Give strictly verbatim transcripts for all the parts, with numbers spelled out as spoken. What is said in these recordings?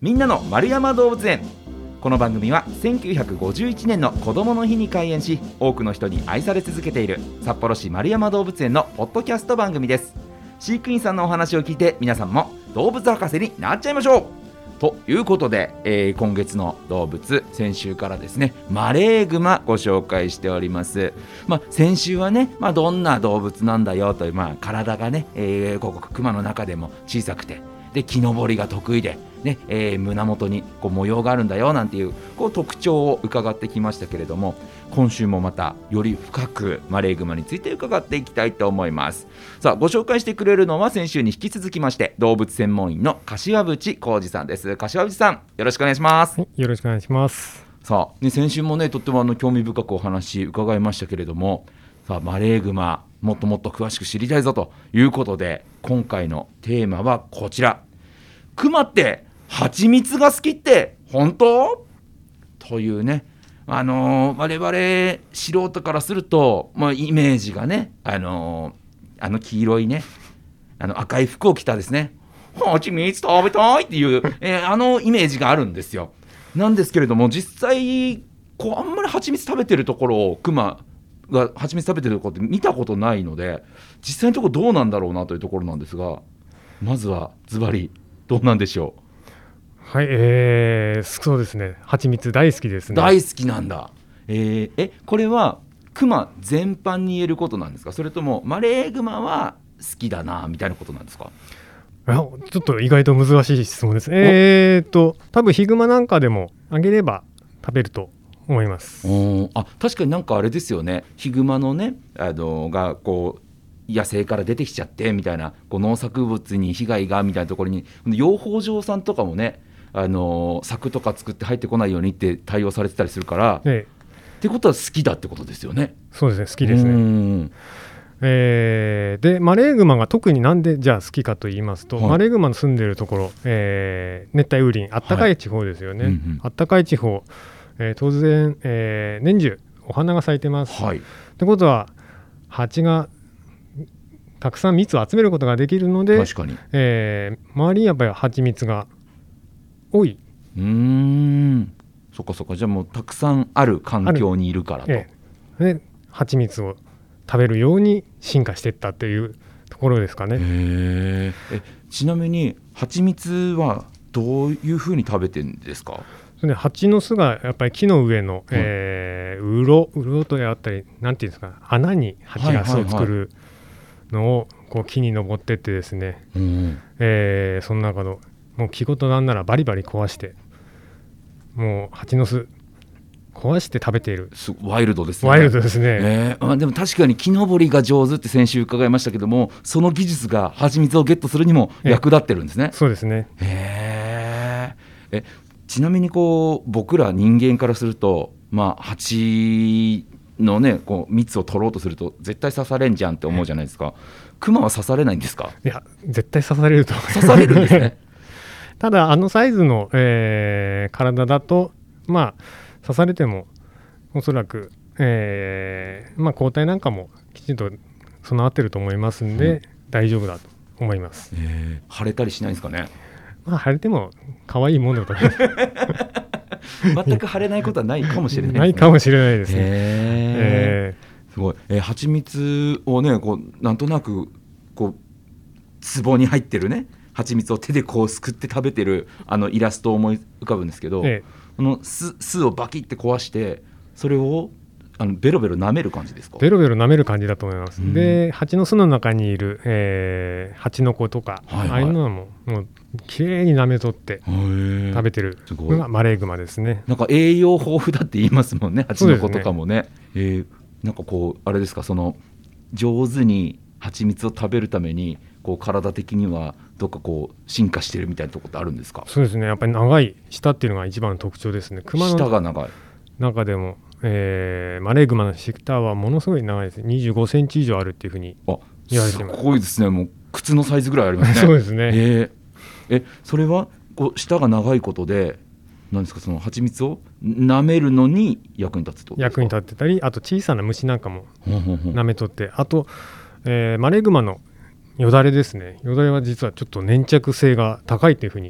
みんなの丸山動物園。この番組はせんきゅうひゃくごじゅういちねんの子どもの日に開園し、多くの人に愛され続けている札幌市丸山動物園のポッドキャスト番組です。飼育員さんのお話を聞いて、皆さんも動物博士になっちゃいましょうということで、えー、今月の動物、先週からですね、マレーグマご紹介しております。まあ、先週はね、まあ、どんな動物なんだよという、まあ、体がね、えー、ここクマの中でも小さくて、で木登りが得意で、ねえー、胸元にこう模様があるんだよなんていう、こう特徴を伺ってきましたけれども、今週もまたより深くマレーグマについて伺っていきたいと思います。さあ、ご紹介してくれるのは先週に引き続きまして動物専門員の柏淵浩二さんです。柏淵さん、よろしくお願いします。 はい、よろしくお願いします。 さあ、ね、先週もねとってもあの興味深くお話伺いましたけれども、さあマレーグマもっともっと詳しく知りたいぞということで、今回のテーマはこちら。クマって蜂蜜が好きって本当？というね、あのー、我々素人からすると、まあ、イメージがね、あのー、あの黄色いね、あの赤い服を着たですね、蜂蜜食べたいっていう、えー、あのイメージがあるんですよ。なんですけれども、実際こうあんまり蜂蜜食べてるところをクマが蜂蜜食べてるところって見たことないので、実際のところどうなんだろうなというところなんですが、まずはズバリどうなんでしょう。 はい、えー、そうですね、蜂蜜大好きですね。 大好きなんだ。えー、えこれはクマ全般に言えることなんですか、それともマレーグマは好きだなみたいなことなんですか？ あ、ちょっと意外と難しい質問です。えーと多分ヒグマなんかでもあげれば食べると思います。 おあ、確かになんかあれですよね、ヒグマのね、あのがこう野生から出てきちゃってみたいな、こう農作物に被害がみたいなところに養蜂場さんとかもね、あのー、柵とか作って入ってこないようにって対応されてたりするから、ええ、ってことは好きだってことですよね。 そうですね、好きですね。うん、えー、でマレーグマが特になんでじゃあ好きかと言いますと、はい、マレーグマの住んでるところ、えー、熱帯雨林、あったかい地方ですよね、はい、うんうん、あったかい地方、えー、当然、えー、年中お花が咲いてます、はい、ってことは蜂がたくさん蜜を集めることができるので、確かに、えー、周りにやっぱり蜂蜜が多い。 うーん、そっかそっか、じゃあもうたくさんある環境にいるからと、えー、で蜂蜜を食べるように進化していったっていうところですかね。 へえ、ちなみに蜂蜜はどういうふうに食べてるんですか？ それで蜂の巣がやっぱり木の上の、うん、えー、うろうろとあったり、なんていうんですか、穴に蜂が巣を作るのをこう木に登ってってですね、うん、えー、その中のもう木ごとなんならバリバリ壊して、もう蜂の巣壊して食べている。 ワイルドですね。 ワイルドですね、 えー、でも確かに木登りが上手って先週伺いましたけども、その技術が蜂蜜をゲットするにも役立ってるんですね。 そうですね。 へー、えちなみにこう僕ら人間からすると、まあ、蜂のねこう蜜を取ろうとすると絶対刺されんじゃんって思うじゃないですか。クマは刺されないんですか？ いや、絶対刺されると思います。 刺されるんですね。 ただあのサイズの、えー、体だと、まあ刺されてもおそらく、えーまあ、抗体なんかもきちんと備わってると思いますんで、うん、大丈夫だと思います。 えー、腫れたりしないんですかね？ まあ、腫れても可愛いものだと思います。 全く腫れないことはないかもしれないですね。 ないかもしれないですね。 えー、すごい、えー、蜂蜜をねこうなんとなくこう壺に入ってるね蜂蜜を手でこうすくって食べてるあのイラストを思い浮かぶんですけど、ええ、この 巣, 巣をバキって壊してそれをあのベロベロ舐める感じですか？ ベロベロ舐める感じだと思います。で蜂の巣の中にいる、えー、蜂の子とか、はいはい、ああいうのはもう、もうきれいに舐め取って食べてるのがマレーグマですね。 なんか栄養豊富だって言いますもんね、蜂の子とかも ね, ね、えー、なんかこうあれですか、その上手に蜂蜜を食べるためにこう体的にはどっかこう進化してるみたいなところってあるんですか？ そうですね、やっぱり長い舌っていうのが一番の特徴ですね。クマの舌が長い中でも、えー、マレーグマの舌はものすごい長いですね。にじゅうごセンチ以上あるっていうふうに言われてます。 すごいですね。もう靴のサイズぐらいありますね。 そうですね、 えー、えそれはこう舌が長いことでなんですか、その蜂蜜を舐めるのに役に立つと役に立ってたり、あと小さな虫なんかも舐めとってあと、えー、マレーグマのよだれですね。よだれは実はちょっと粘着性が高いというふうに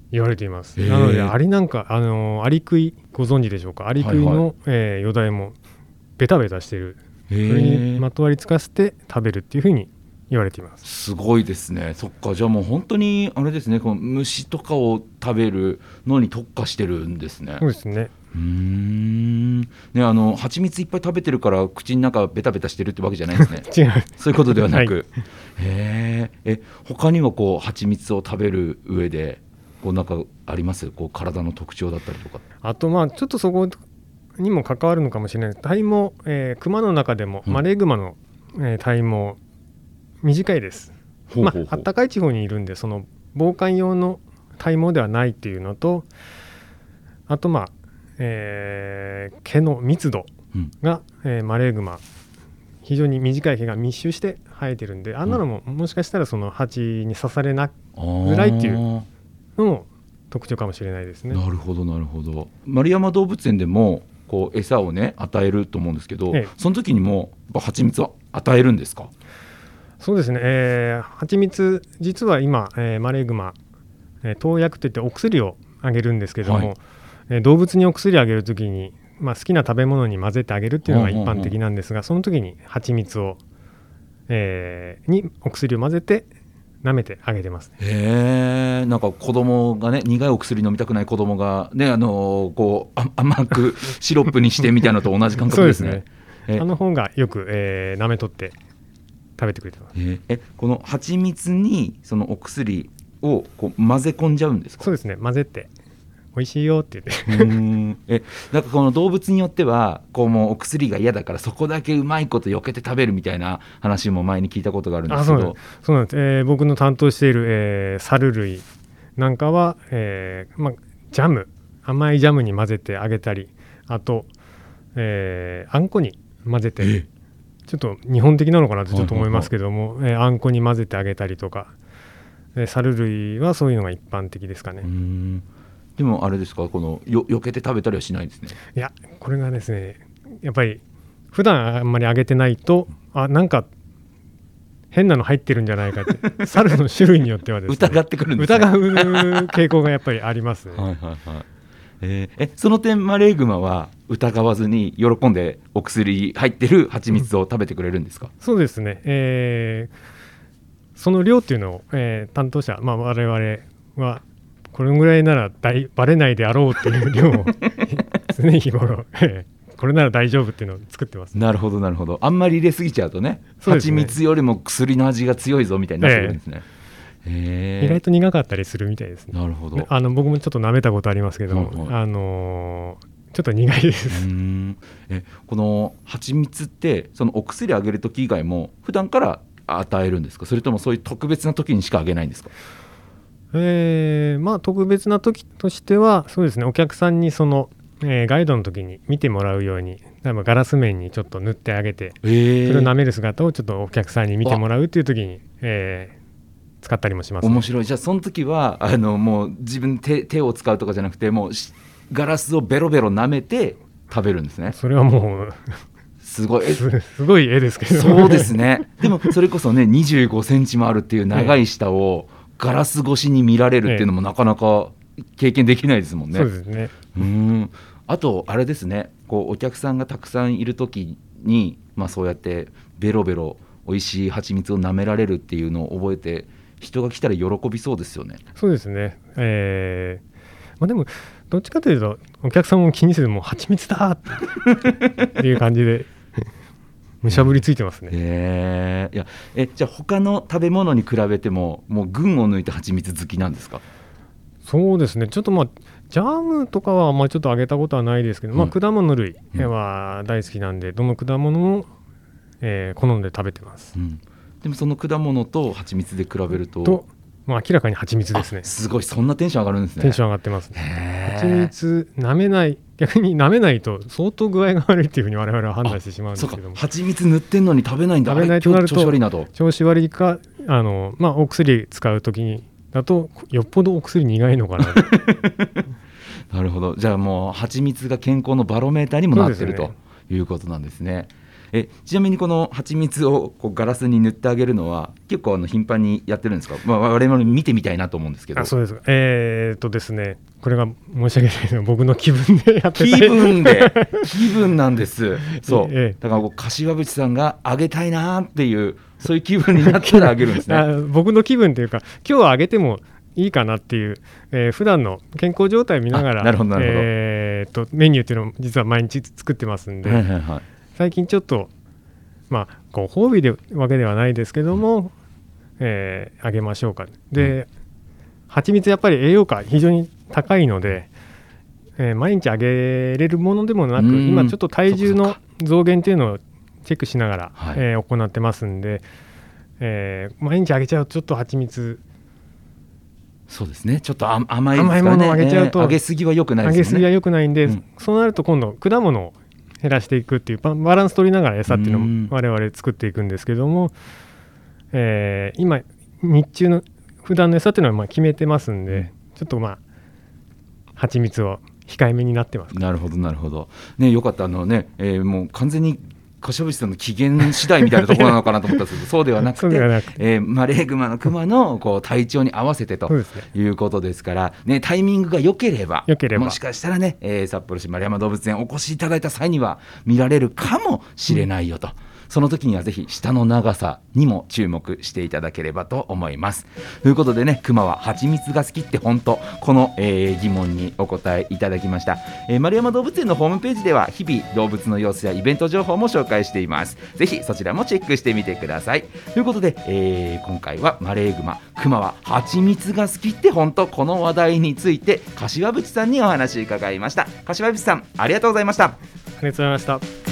言われています。なのでアリなんか、あのー、アリクイご存知でしょうか。アリクイの、はいはい、えー、よだれもベタベタしている、それにまとわりつかせて食べるっていうふうに言われています。 すごいですね。そっか、じゃあもう本当にあれですね、この虫とかを食べるのに特化してるんですね。 そうですね。 うーん、ね、あの蜂蜜いっぱい食べてるから口の中ベタベタしてるってわけじゃないんですね。 違う、 そういうことではなく、 はい、 へえ、他にはこう蜂蜜を食べる上でこうなんかあります？こう体の特徴だったりとか。 あとまあちょっとそこにも関わるのかもしれない。体毛、えー、クマの中でも、うん、マレーグマの、えー、体毛短いです。ほうほうほう、まあったかい地方にいるんでその防寒用の体毛ではないっていうのと、あとまあ、えー、毛の密度が、うん、えー、マレーグマ非常に短い毛が密集して生えてるんで、あんなのももしかしたらその蜂に刺されなぐらいっていうのも特徴かもしれないですね。 なるほどなるほど。丸山動物園でもこう餌をね与えると思うんですけど、ええ、その時にも蜂蜜を与えるんですか？ そうですね、えー、蜂蜜実は今、えー、マレーグマ、えー、投薬といってお薬をあげるんですけども、はい、えー、動物にお薬をあげるときに、まあ、好きな食べ物に混ぜてあげるっていうのが一般的なんですが、その時に蜂蜜を、えー、にお薬を混ぜて舐めてあげてますね。 へー、なんか子供がね、苦いお薬飲みたくない子供がね、あのー、こう甘くシロップにしてみたいなのと同じ感覚ですね。 そうですね、あの方がよく、えー、舐めとって食べてくれてます。 えー、えこの蜂蜜にそのお薬をこう混ぜ込んじゃうんですか？ そうですね、混ぜて美味しいよって言ってうーん、えなんかこの動物によってはこうもうお薬が嫌だからそこだけうまいこと避けて食べるみたいな話も前に聞いたことがあるんですけど。 あ、そうなんです、えー、僕の担当している、えー、猿類なんかは、えーま、ジャム甘いジャムに混ぜてあげたり、あと、えー、あんこに混ぜて、ちょっと日本的なのかなとちょっと思いますけども、はいはいはい、えー、あんこに混ぜてあげたりとか、えー、猿類はそういうのが一般的ですかね。 うーん、でもあれですか、このよ避けて食べたりはしないんですね。 いや、これがですね、やっぱり普段あんまりあげてないと、あ、なんか変なの入ってるんじゃないかって猿の種類によってはですね疑ってくるんですね。 疑う傾向がやっぱりありますね。 はいはいはい、えー、えその点マレーグマは疑わずに喜んでお薬入ってる蜂蜜を食べてくれるんですか？ うん、そうですね、えー、その量っていうのを、えー、担当者、まあ、我々はこれぐらいなら大バレないであろうっていう量を常日頃これなら大丈夫っていうのを作ってます。 なるほどなるほど。あんまり入れすぎちゃうとね、蜂蜜よりも薬の味が強いぞみたいになってくるんですね。 えー、意外と苦かったりするみたいですね。 なるほど。 あの僕もちょっと舐めたことありますけど、はいはい、あのー、ちょっと苦いです。 うーん、えこの蜂蜜ってそのお薬あげる時以外も普段から与えるんですか？それともそういう特別な時にしかあげないんですか？ えーまあ、特別な時としてはそうですね、お客さんにその、えー、ガイドの時に見てもらうように例えばガラス面にちょっと塗ってあげて、えー、それを舐める姿をちょっとお客さんに見てもらうっていう時に、えー、使ったりもします、ね。 面白い。じゃあその時はあのもう自分 手, 手を使うとかじゃなくてもうガラスをベロベロ舐めて食べるんですね。 それはもうすごいす, すごい絵ですけど。 そうですね。でもそれこそねにじゅうごセンチもあるっていう長い舌を、えーガラス越しに見られるっていうのもなかなか経験できないですもんね。 そうですね。 うーん、あとあれですね、こうお客さんがたくさんいる時に、まあ、そうやってベロベロ美味しい蜂蜜を舐められるっていうのを覚えて人が来たら喜びそうですよね。 そうですね、えーまあ、でもどっちかというとお客さんも気にせずもう蜂蜜だっていう感じでむしゃぶりついてますね。 えー、いやえじゃあ他の食べ物に比べてももう群を抜いて蜂蜜好きなんですか？ そうですね、ちょっとまあジャムとかはまあちょっとあげたことはないですけど、うん、まあ、果物類は大好きなんで、うん、どの果物も、えー、好んで食べてます、うん、 でもその果物と蜂蜜で比べるとと、まあ、明らかに蜂蜜ですね。 すごい、そんなテンション上がるんですね。 テンション上がってますね。蜂蜜舐めない、逆に舐めないと相当具合が悪いっていうふうに我々は判断してしまうんですけども、 蜂蜜塗ってんのに食べないんだ。 食べないとなると調子悪いなと。 調子悪いか、あの、まあ、お薬使うときにだとよっぽどお薬苦いのかななるほど。じゃあもう蜂蜜が健康のバロメーターにもなってる、ね、ということなんですね。 えちなみにこの蜂蜜をこうガラスに塗ってあげるのは結構あの頻繁にやってるんですか？まあ、我々見てみたいなと思うんですけど。 あ、そうです。えー、っとですねこれが申し訳ないけど僕の気分でやってた気分で気分なんですそう、 ええ、 だからこう柏淵さんがあげたいなっていうそういう気分になったらあげるんですねあ僕の気分というか今日はあげてもいいかなっていう、えー、普段の健康状態を見ながらなるほどなるほど、 えー、とメニューっていうのを実は毎日作ってますんで、はいはいはい、最近ちょっとまあご褒美でわけではないですけども、うん、えー、あげましょうかで、うん、蜂蜜やっぱり栄養価非常に高いので、えー、毎日あげれるものでもなく今ちょっと体重の増減っていうのをチェックしながら、はい、えー、行ってますんで、えー、毎日あげちゃうとちょっと蜂蜜そうですねちょっと甘いですからね、甘いものをあげちゃうと、えー、上げすぎは良くないですよね。 上げすぎは良くないんで、うん、そうなると今度果物を減らしていくっていうバランス取りながら餌っていうのを我々作っていくんですけども、えー、今日中の普段の餌っていうのはまあ決めてますんでちょっとまあ蜂蜜を控えめになってます。 なるほどなるほど、ね、よかったあのね、えー、もう完全に柏淵さんの機嫌次第みたいなところなのかなと思ったんですけどそうではなくてえー、マレーグマのクマのこう体調に合わせてということですから、ね、タイミングが良ければもしかしたらね、えー、札幌市丸山動物園お越しいただいた際には見られるかもしれないよと、うん、その時にはぜひ舌の長さにも注目していただければと思います。ということでねクマは蜂蜜が好きって本当この、えー、疑問にお答えいただきました、えー、丸山動物園のホームページでは日々動物の様子やイベント情報も紹介しています。ぜひそちらもチェックしてみてください。ということで、えー、今回はマレーグマクマは蜂蜜が好きって本当この話題について柏淵さんにお話伺いました。柏淵さんありがとうございました。ありがとうございました。